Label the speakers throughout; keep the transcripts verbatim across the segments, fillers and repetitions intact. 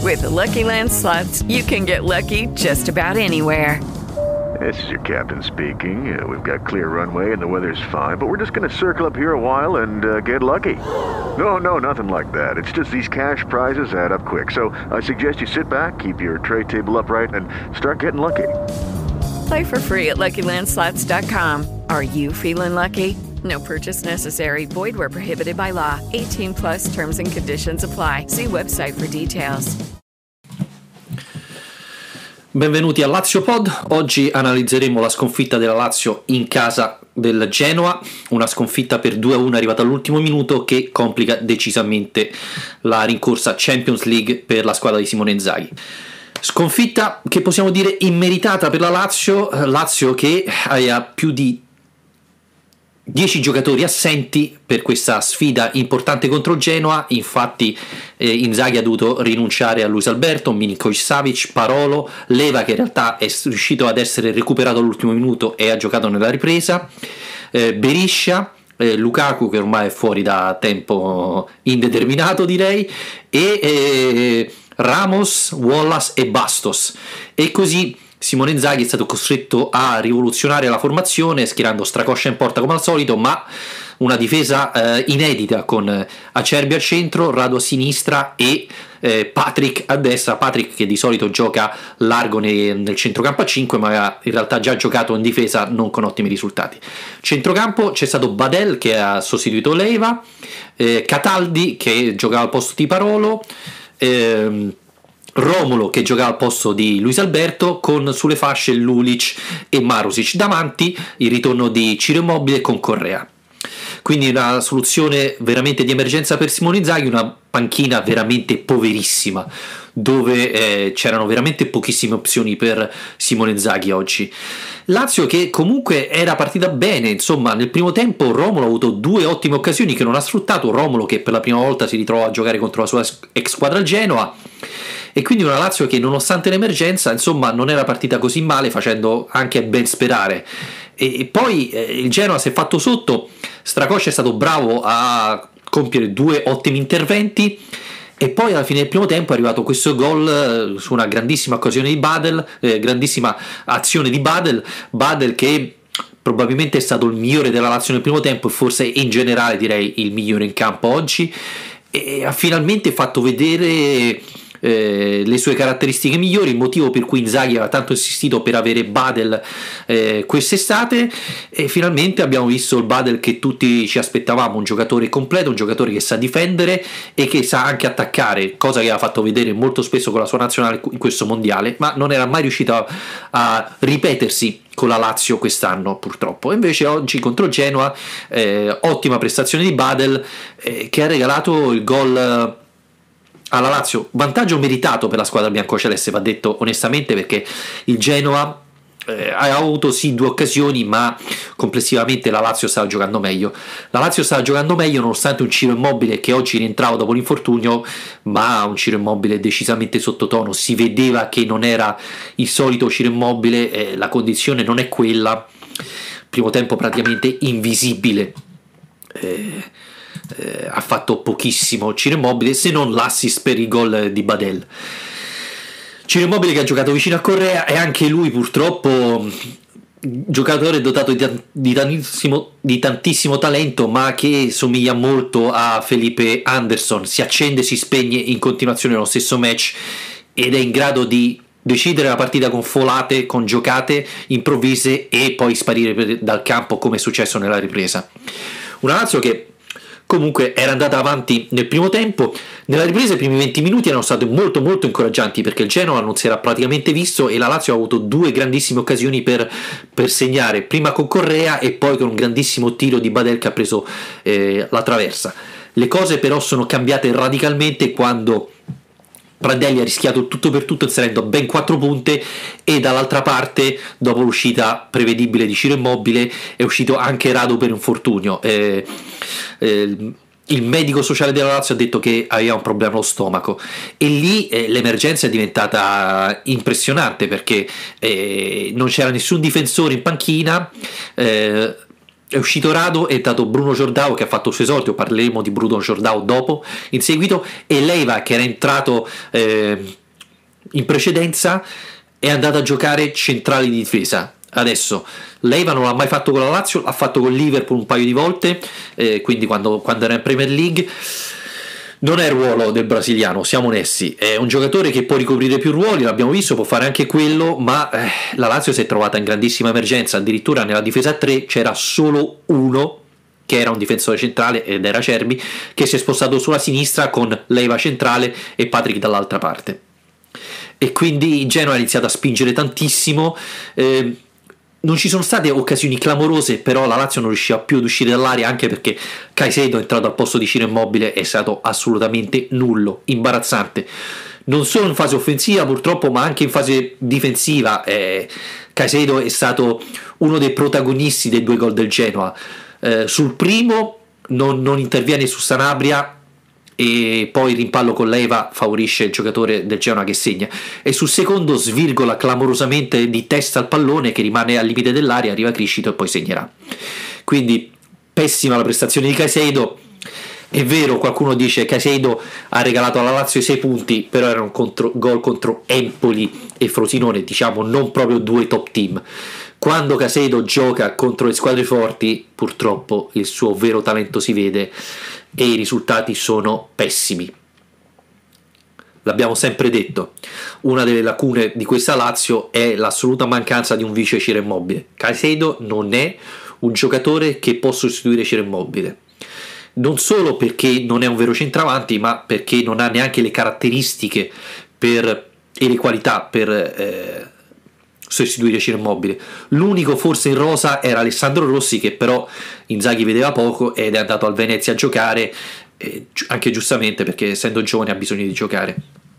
Speaker 1: With the Lucky Land Slots, you can get lucky just about anywhere.
Speaker 2: This is your captain speaking. Uh, we've got clear runway and the weather's fine, but we're just going to circle up here a while and uh, get lucky. No, no, nothing like that. It's just these cash prizes add up quick. So I suggest you sit back, keep your tray table upright, and start getting lucky.
Speaker 1: Play for free at Lucky Land Slots dot com. Are you feeling lucky? No purchase necessary. Void where prohibited by law. eighteen plus terms and conditions apply. See website for details.
Speaker 3: Benvenuti al Lazio Pod. Oggi analizzeremo la sconfitta della Lazio in casa del Genoa, una sconfitta per due a uno arrivata all'ultimo minuto che complica decisamente la rincorsa Champions League per la squadra di Simone Inzaghi. Sconfitta che possiamo dire immeritata per la Lazio, Lazio che ha più di dieci giocatori assenti per questa sfida importante contro il Genoa. Infatti eh, Inzaghi ha dovuto rinunciare a Luis Alberto, Milinkovic-Savic, Parolo, Leva che in realtà è riuscito ad essere recuperato all'ultimo minuto e ha giocato nella ripresa, eh, Beriscia, eh, Lukaku che ormai è fuori da tempo indeterminato direi, e eh, Ramos, Wallace e Bastos, e così Simone Inzaghi è stato costretto a rivoluzionare la formazione schierando Stracoscia in porta come al solito, ma una difesa eh, inedita con Acerbi al centro, Radu a sinistra e eh, Patrick a destra. Patrick che di solito gioca largo ne, nel centrocampo a cinque, ma ha in realtà già giocato in difesa non con ottimi risultati. Centrocampo c'è stato Badel che ha sostituito Leiva, eh, Cataldi che giocava al posto di Parolo, ehm, Romolo che giocava al posto di Luis Alberto, con sulle fasce Lulic e Marusic, davanti il ritorno di Ciro Immobile con Correa. Quindi una soluzione veramente di emergenza per Simone Inzaghi, una panchina veramente poverissima dove eh, c'erano veramente pochissime opzioni per Simone Inzaghi oggi. Lazio che comunque era partita bene, insomma nel primo tempo Romolo ha avuto due ottime occasioni che non ha sfruttato, Romolo che per la prima volta si ritrova a giocare contro la sua ex squadra al Genoa, e quindi una Lazio che nonostante l'emergenza insomma non era partita così male, facendo anche ben sperare. E, e poi eh, il Genoa si è fatto sotto, Stracoscia è stato bravo a compiere due ottimi interventi, e poi alla fine del primo tempo è arrivato questo gol eh, su una grandissima occasione di Badel, eh, grandissima azione di Badel, Badel che probabilmente è stato il migliore della Lazio nel primo tempo e forse in generale direi il migliore in campo oggi, e ha finalmente fatto vedere Eh, le sue caratteristiche migliori, il motivo per cui Inzaghi aveva tanto insistito per avere Badel eh, quest'estate, e finalmente abbiamo visto il Badel che tutti ci aspettavamo, un giocatore completo, un giocatore che sa difendere e che sa anche attaccare, cosa che ha fatto vedere molto spesso con la sua nazionale in questo mondiale, ma non era mai riuscito a, a ripetersi con la Lazio quest'anno purtroppo. Invece oggi contro Genoa eh, ottima prestazione di Badel eh, che ha regalato il gol alla Lazio, vantaggio meritato per la squadra biancoceleste, va detto onestamente, perché il Genoa eh, ha avuto sì due occasioni, ma complessivamente la Lazio stava giocando meglio. La Lazio stava giocando meglio nonostante un Ciro Immobile che oggi rientrava dopo l'infortunio, ma un Ciro Immobile decisamente sottotono, si vedeva che non era il solito Ciro Immobile, eh, la condizione non è quella, primo tempo praticamente invisibile. Eh, Eh, ha fatto pochissimo Ciro Immobile, se non l'assist per il gol di Badel. Ciro Immobile che ha giocato vicino a Correa, e anche lui purtroppo giocatore dotato di, di, tantissimo, di tantissimo talento, ma che somiglia molto a Felipe Anderson, si accende e si spegne in continuazione nello stesso match ed è in grado di decidere la partita con folate, con giocate improvvise e poi sparire per, dal campo, come è successo nella ripresa. Una Lazio che comunque era andata avanti nel primo tempo, nella ripresa i primi venti minuti erano stati molto molto incoraggianti perché il Genoa non si era praticamente visto e la Lazio ha avuto due grandissime occasioni per, per segnare, prima con Correa e poi con un grandissimo tiro di Badel che ha preso eh, la traversa. Le cose però sono cambiate radicalmente quando Prandelli ha rischiato tutto per tutto inserendo ben quattro punte, e dall'altra parte dopo l'uscita prevedibile di Ciro Immobile è uscito anche Radu per infortunio. eh, eh, il medico sociale della Lazio ha detto che aveva un problema allo stomaco, e lì eh, l'emergenza è diventata impressionante perché eh, non c'era nessun difensore in panchina, eh, è uscito Rado, è entrato Bruno Giordao che ha fatto il suo esordio, parleremo di Bruno Giordao dopo in seguito, e Leiva che era entrato eh, in precedenza è andato a giocare centrale di difesa. Adesso Leiva non l'ha mai fatto con la Lazio, l'ha fatto con Liverpool un paio di volte, eh, quindi quando, quando era in Premier League. Non è il ruolo del brasiliano, siamo onesti, è un giocatore che può ricoprire più ruoli, l'abbiamo visto, può fare anche quello, ma eh, la Lazio si è trovata in grandissima emergenza, addirittura nella difesa a tre c'era solo uno che era un difensore centrale ed era Cerbi, che si è spostato sulla sinistra con Leiva centrale e Patrick dall'altra parte, e quindi Genoa ha iniziato a spingere tantissimo. eh, Non ci sono state occasioni clamorose, però la Lazio non riusciva più ad uscire dall'area, anche perché Caicedo è entrato al posto di Ciro Immobile, è stato assolutamente nullo, imbarazzante, non solo in fase offensiva purtroppo, ma anche in fase difensiva. eh, Caicedo è stato uno dei protagonisti dei due gol del Genoa. Eh, sul primo non, non interviene su Sanabria, e poi il rimpallo con Leiva favorisce il giocatore del Genoa che segna, e sul secondo svirgola clamorosamente di testa al pallone che rimane al limite dell'area, arriva Criscito e poi segnerà. Quindi pessima la prestazione di Caicedo. È vero, qualcuno dice che Caicedo ha regalato alla Lazio i sei punti, però era un contro, gol contro Empoli e Frosinone, diciamo non proprio due top team. Quando Caicedo gioca contro le squadre forti, purtroppo il suo vero talento si vede e i risultati sono pessimi. L'abbiamo sempre detto, una delle lacune di questa Lazio è l'assoluta mancanza di un vice Ciro Immobile. Caicedo non è un giocatore che può sostituire Ciro Immobile, non solo perché non è un vero centravanti, ma perché non ha neanche le caratteristiche per, e le qualità per eh, sostituire Ciro Immobile. L'unico forse in rosa era Alessandro Rossi, che però Inzaghi vedeva poco ed è andato al Venezia a giocare, eh, anche giustamente, perché essendo giovane ha bisogno di giocare.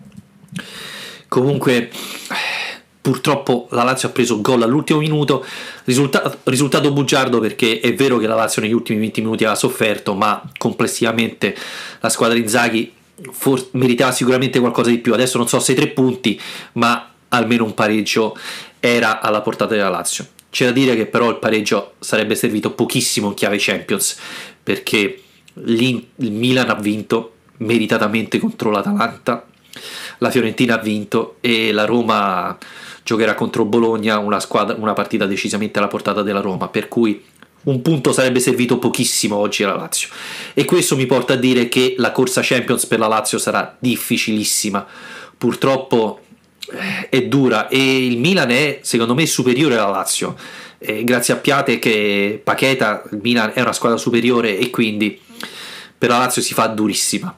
Speaker 3: Comunque purtroppo la Lazio ha preso gol all'ultimo minuto, risultato, risultato bugiardo, perché è vero che la Lazio negli ultimi venti minuti aveva sofferto, ma complessivamente la squadra di Inzaghi for- meritava sicuramente qualcosa di più. Adesso non so se tre punti, ma almeno un pareggio era alla portata della Lazio. C'è da dire che però il pareggio sarebbe servito pochissimo in chiave Champions, perché lì il Milan ha vinto meritatamente contro l'Atalanta, la Fiorentina ha vinto e la Roma giocherà contro Bologna, una, squadra, una partita decisamente alla portata della Roma, per cui un punto sarebbe servito pochissimo oggi alla Lazio, e questo mi porta a dire che la corsa Champions per la Lazio sarà difficilissima. Purtroppo è dura e il Milan è secondo me superiore alla Lazio, eh, grazie a Piate che Paqueta, il Milan è una squadra superiore e quindi per la Lazio si fa durissima.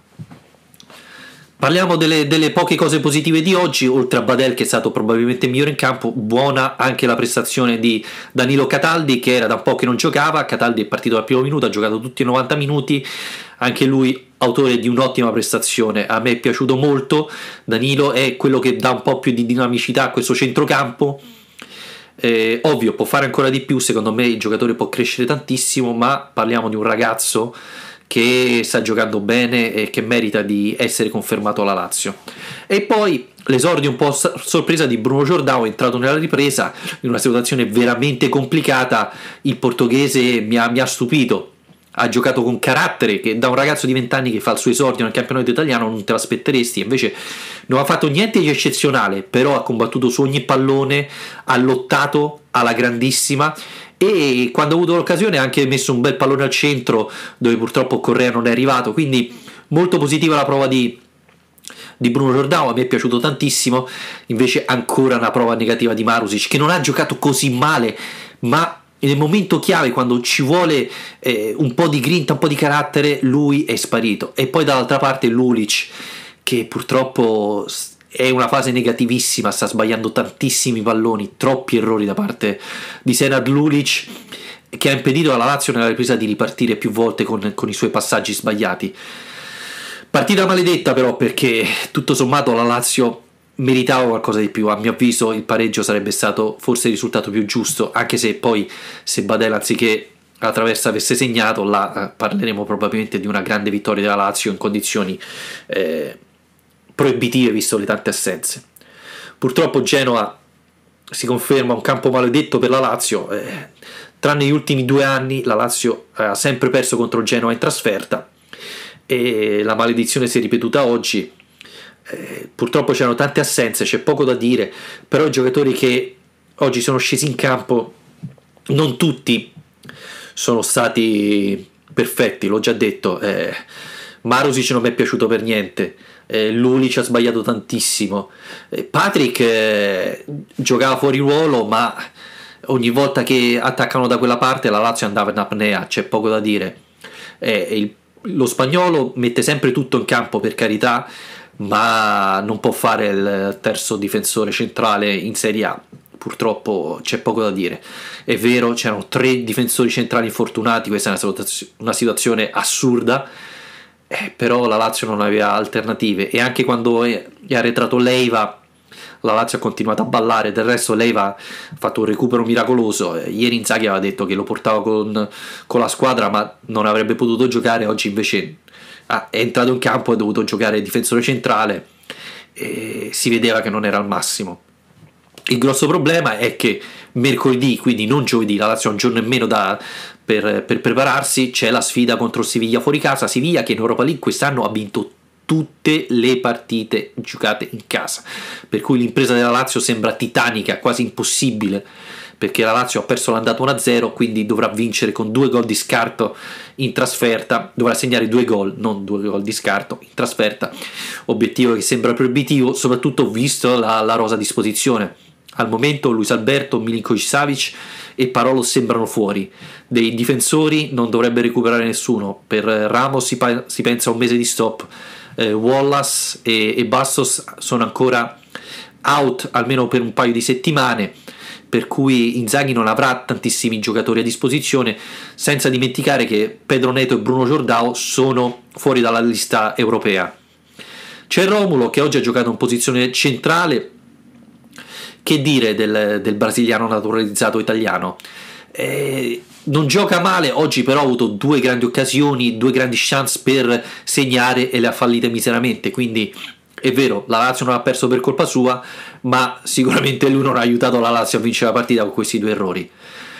Speaker 3: Parliamo delle, delle poche cose positive di oggi. Oltre a Badel, che è stato probabilmente il migliore in campo, buona anche la prestazione di Danilo Cataldi, che era da un po' che non giocava. Cataldi è partito dal primo minuto, ha giocato tutti i novanta minuti, anche lui autore di un'ottima prestazione. A me è piaciuto molto. Danilo è quello che dà un po' più di dinamicità a questo centrocampo. Eh, ovvio, può fare ancora di più, secondo me il giocatore può crescere tantissimo, ma parliamo di un ragazzo che sta giocando bene e che merita di essere confermato alla Lazio. E poi l'esordio un po' sorpresa di Bruno Giordao, entrato nella ripresa in una situazione veramente complicata. Il portoghese mi ha, mi ha stupito, ha giocato con carattere, che da un ragazzo di venti anni che fa il suo esordio nel campionato italiano non te l'aspetteresti. Invece non ha fatto niente di eccezionale, però ha combattuto su ogni pallone, ha lottato alla grandissima e quando ha avuto l'occasione ha anche messo un bel pallone al centro dove purtroppo Correa non è arrivato. Quindi molto positiva la prova di, di Bruno Giordao, a me è piaciuto tantissimo. Invece ancora una prova negativa di Marusic, che non ha giocato così male, ma nel momento chiave, quando ci vuole eh, un po' di grinta, un po' di carattere, lui è sparito. E poi dall'altra parte Lulic, che purtroppo è una fase negativissima, sta sbagliando tantissimi palloni, troppi errori da parte di Senad Lulic, che ha impedito alla Lazio nella ripresa di ripartire più volte con, con i suoi passaggi sbagliati. Partita maledetta però, perché tutto sommato la Lazio meritava qualcosa di più. A mio avviso il pareggio sarebbe stato forse il risultato più giusto, anche se poi se Badel anziché la traversa avesse segnato, là eh, parleremo probabilmente di una grande vittoria della Lazio in condizioni eh, proibitive, visto le tante assenze. Purtroppo Genoa si conferma un campo maledetto per la Lazio, eh, tranne gli ultimi due anni la Lazio ha sempre perso contro il Genoa in trasferta e la maledizione si è ripetuta oggi. Eh, purtroppo c'erano tante assenze, c'è poco da dire, però i giocatori che oggi sono scesi in campo non tutti sono stati perfetti, l'ho già detto. eh, Marusic non mi è piaciuto per niente, eh, Lulic ha sbagliato tantissimo, eh, Patrick eh, giocava fuori ruolo, ma ogni volta che attaccano da quella parte la Lazio andava in apnea, c'è poco da dire. eh, il, lo spagnolo mette sempre tutto in campo, per carità, ma non può fare il terzo difensore centrale in Serie A. Purtroppo c'è poco da dire. È vero, c'erano tre difensori centrali infortunati, questa è una, una situazione assurda, eh, però la Lazio non aveva alternative, e anche quando è, è arretrato Leiva la Lazio ha continuato a ballare. Del resto Leiva ha fatto un recupero miracoloso. eh, ieri Inzaghi aveva detto che lo portava con, con la squadra, ma non avrebbe potuto giocare. Oggi invece ah, è entrato in campo, ha dovuto giocare difensore centrale e si vedeva che non era al massimo. Il grosso problema è che mercoledì, quindi non giovedì, la Lazio ha un giorno in meno da, per, per prepararsi, c'è la sfida contro il Siviglia fuori casa. Siviglia che in Europa League quest'anno ha vinto tutte le partite giocate in casa, per cui l'impresa della Lazio sembra titanica, quasi impossibile, perché la Lazio ha perso l'andata uno a zero, quindi dovrà vincere con due gol di scarto in trasferta, dovrà segnare due gol, non due gol di scarto in trasferta, obiettivo che sembra proibitivo, soprattutto visto la, la rosa a disposizione. Al momento Luis Alberto, Milinkovic-Savic e Parolo sembrano fuori. Dei difensori non dovrebbe recuperare nessuno. Per Ramos si, pa- si pensa a un mese di stop. eh, Wallace e, e Bastos sono ancora out almeno per un paio di settimane, per cui Inzaghi non avrà tantissimi giocatori a disposizione, senza dimenticare che Pedro Neto e Bruno Giordao sono fuori dalla lista europea. C'è Romulo che oggi ha giocato in posizione centrale. Che dire del, del brasiliano naturalizzato italiano? Eh, non gioca male, oggi però ha avuto due grandi occasioni, due grandi chance per segnare e le ha fallite miseramente, quindi è vero, la Lazio non ha perso per colpa sua, ma sicuramente lui non ha aiutato la Lazio a vincere la partita con questi due errori.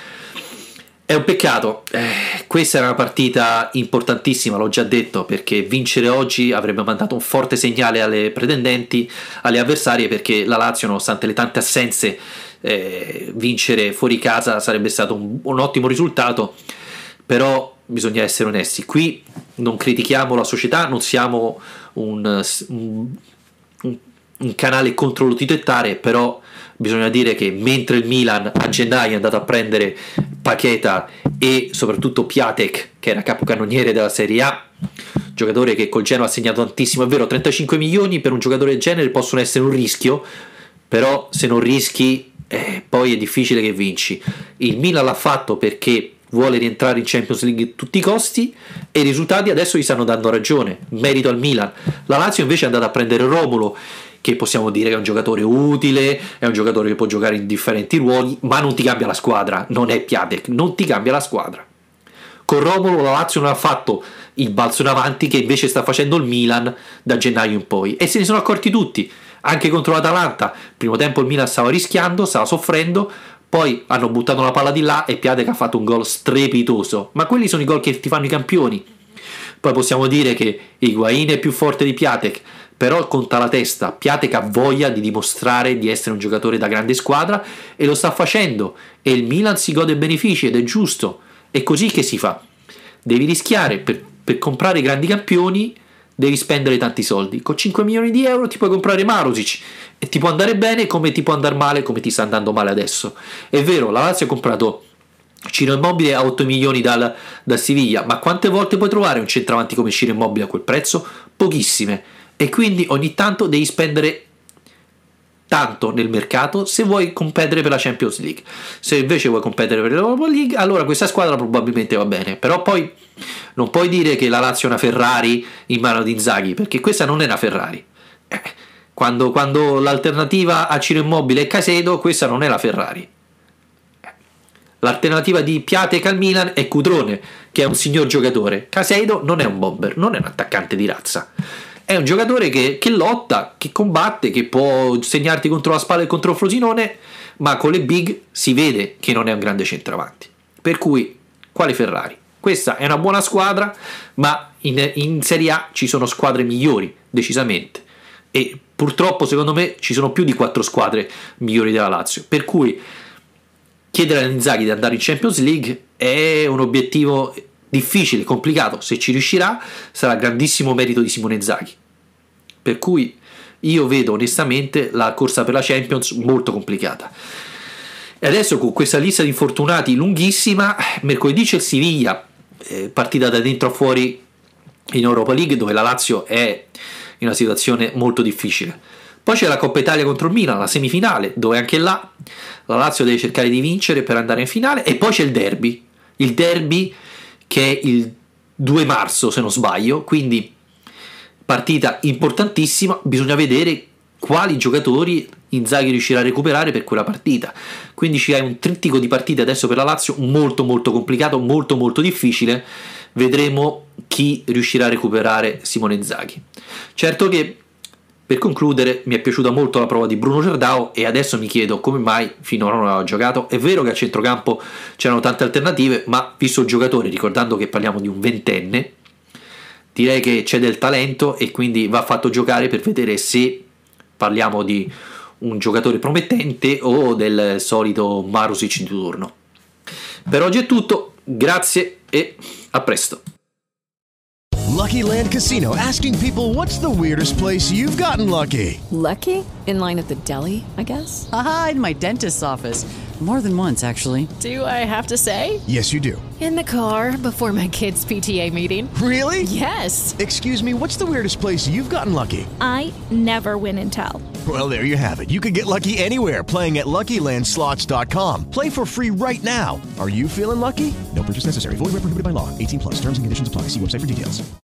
Speaker 3: È un peccato, eh, questa era una partita importantissima, l'ho già detto, perché vincere oggi avrebbe mandato un forte segnale alle pretendenti, alle avversarie, perché la Lazio, nonostante le tante assenze, eh, vincere fuori casa sarebbe stato un, un ottimo risultato, però bisogna essere onesti, qui non critichiamo la società, non siamo un, un, un, un canale contro l'utilittario, però bisogna dire che mentre il Milan a gennaio è andato a prendere Paqueta e soprattutto Piatek, che era capocannoniere della Serie A, giocatore che col Genoa ha segnato tantissimo, è vero, trentacinque milioni per un giocatore del genere possono essere un rischio, però se non rischi eh, poi è difficile che vinci. Il Milan l'ha fatto perché vuole rientrare in Champions League a tutti i costi e i risultati adesso gli stanno dando ragione, merito al Milan. La Lazio invece è andata a prendere Romulo, che possiamo dire che è un giocatore utile, è un giocatore che può giocare in differenti ruoli, ma non ti cambia la squadra, non è Piatek, non ti cambia la squadra. Con Romulo la Lazio non ha fatto il balzo in avanti che invece sta facendo il Milan da gennaio in poi, e se ne sono accorti tutti, anche contro l'Atalanta. Primo tempo il Milan stava rischiando, stava soffrendo, poi hanno buttato una palla di là e Piatek ha fatto un gol strepitoso, ma quelli sono i gol che ti fanno i campioni. Poi possiamo dire che Higuain è più forte di Piatek, però conta la testa. Piatek ha voglia di dimostrare di essere un giocatore da grande squadra e lo sta facendo, e il Milan si gode benefici ed è giusto. È così che si fa, devi rischiare. Per, per comprare grandi campioni devi spendere tanti soldi. Con cinque milioni di euro ti puoi comprare Marusic e ti può andare bene come ti può andare male, come ti sta andando male adesso. È vero, la Lazio ha comprato Ciro Immobile a otto milioni dal, dal Siviglia, ma quante volte puoi trovare un centravanti come Ciro Immobile a quel prezzo? Pochissime. E quindi ogni tanto devi spendere tanto nel mercato se vuoi competere per la Champions League. Se invece vuoi competere per l'Europa League, allora questa squadra probabilmente va bene, però poi non puoi dire che la Lazio è una Ferrari in mano di Inzaghi, perché questa non è una Ferrari. Eh, quando, quando l'alternativa a Ciro Immobile è Caicedo, questa non è la Ferrari. L'alternativa di Piatek al Milan è Cutrone, che è un signor giocatore. Caicedo non è un bomber, non è un attaccante di razza. È un giocatore che, che lotta, che combatte, che può segnarti contro la spalla e contro il Frosinone, ma con le big si vede che non è un grande centravanti. Per cui, quale Ferrari? Questa è una buona squadra, ma in, in Serie A ci sono squadre migliori, decisamente. E purtroppo, secondo me, ci sono più di quattro squadre migliori della Lazio. Per cui chiedere a Inzaghi di andare in Champions League è un obiettivo difficile, complicato. Se ci riuscirà, sarà grandissimo merito di Simone Inzaghi. Per cui io vedo onestamente la corsa per la Champions molto complicata. E adesso, con questa lista di infortunati lunghissima, mercoledì c'è il Siviglia, eh, partita da dentro a fuori in Europa League, dove la Lazio è in una situazione molto difficile. Poi c'è la Coppa Italia contro il Milan, la semifinale, dove anche là la Lazio deve cercare di vincere per andare in finale. E poi c'è il derby, il derby che è il due marzo, se non sbaglio, quindi partita importantissima. Bisogna vedere quali giocatori Inzaghi riuscirà a recuperare per quella partita. Quindi ci hai un trittico di partite adesso per la Lazio molto molto complicato, molto molto difficile. Vedremo chi riuscirà a recuperare Simone Inzaghi. Certo che, per concludere, mi è piaciuta molto la prova di Bruno Giordao, e adesso mi chiedo come mai finora non aveva giocato. È vero che a centrocampo c'erano tante alternative, ma visto il giocatore, ricordando che parliamo di un ventenne, direi che c'è del talento e quindi va fatto giocare per vedere se parliamo di un giocatore promettente o del solito Marusic di turno. Per oggi è tutto, grazie e a presto.
Speaker 4: Lucky Land Casino, asking people, what's the weirdest place you've gotten lucky?
Speaker 5: Lucky? In line at the deli, I guess?
Speaker 6: Aha, in my dentist's office. More than once, actually.
Speaker 5: Do I have to say?
Speaker 4: Yes, you do.
Speaker 5: In the car before my kids' P T A meeting.
Speaker 4: Really?
Speaker 5: Yes.
Speaker 4: Excuse me, what's the weirdest place you've gotten lucky?
Speaker 7: I never win and tell.
Speaker 4: Well, there you have it. You can get lucky anywhere, playing at Lucky Land Slots dot com. Play for free right now. Are you feeling lucky? No purchase necessary. Void where prohibited by law. eighteen plus. Terms and conditions apply. See website for details.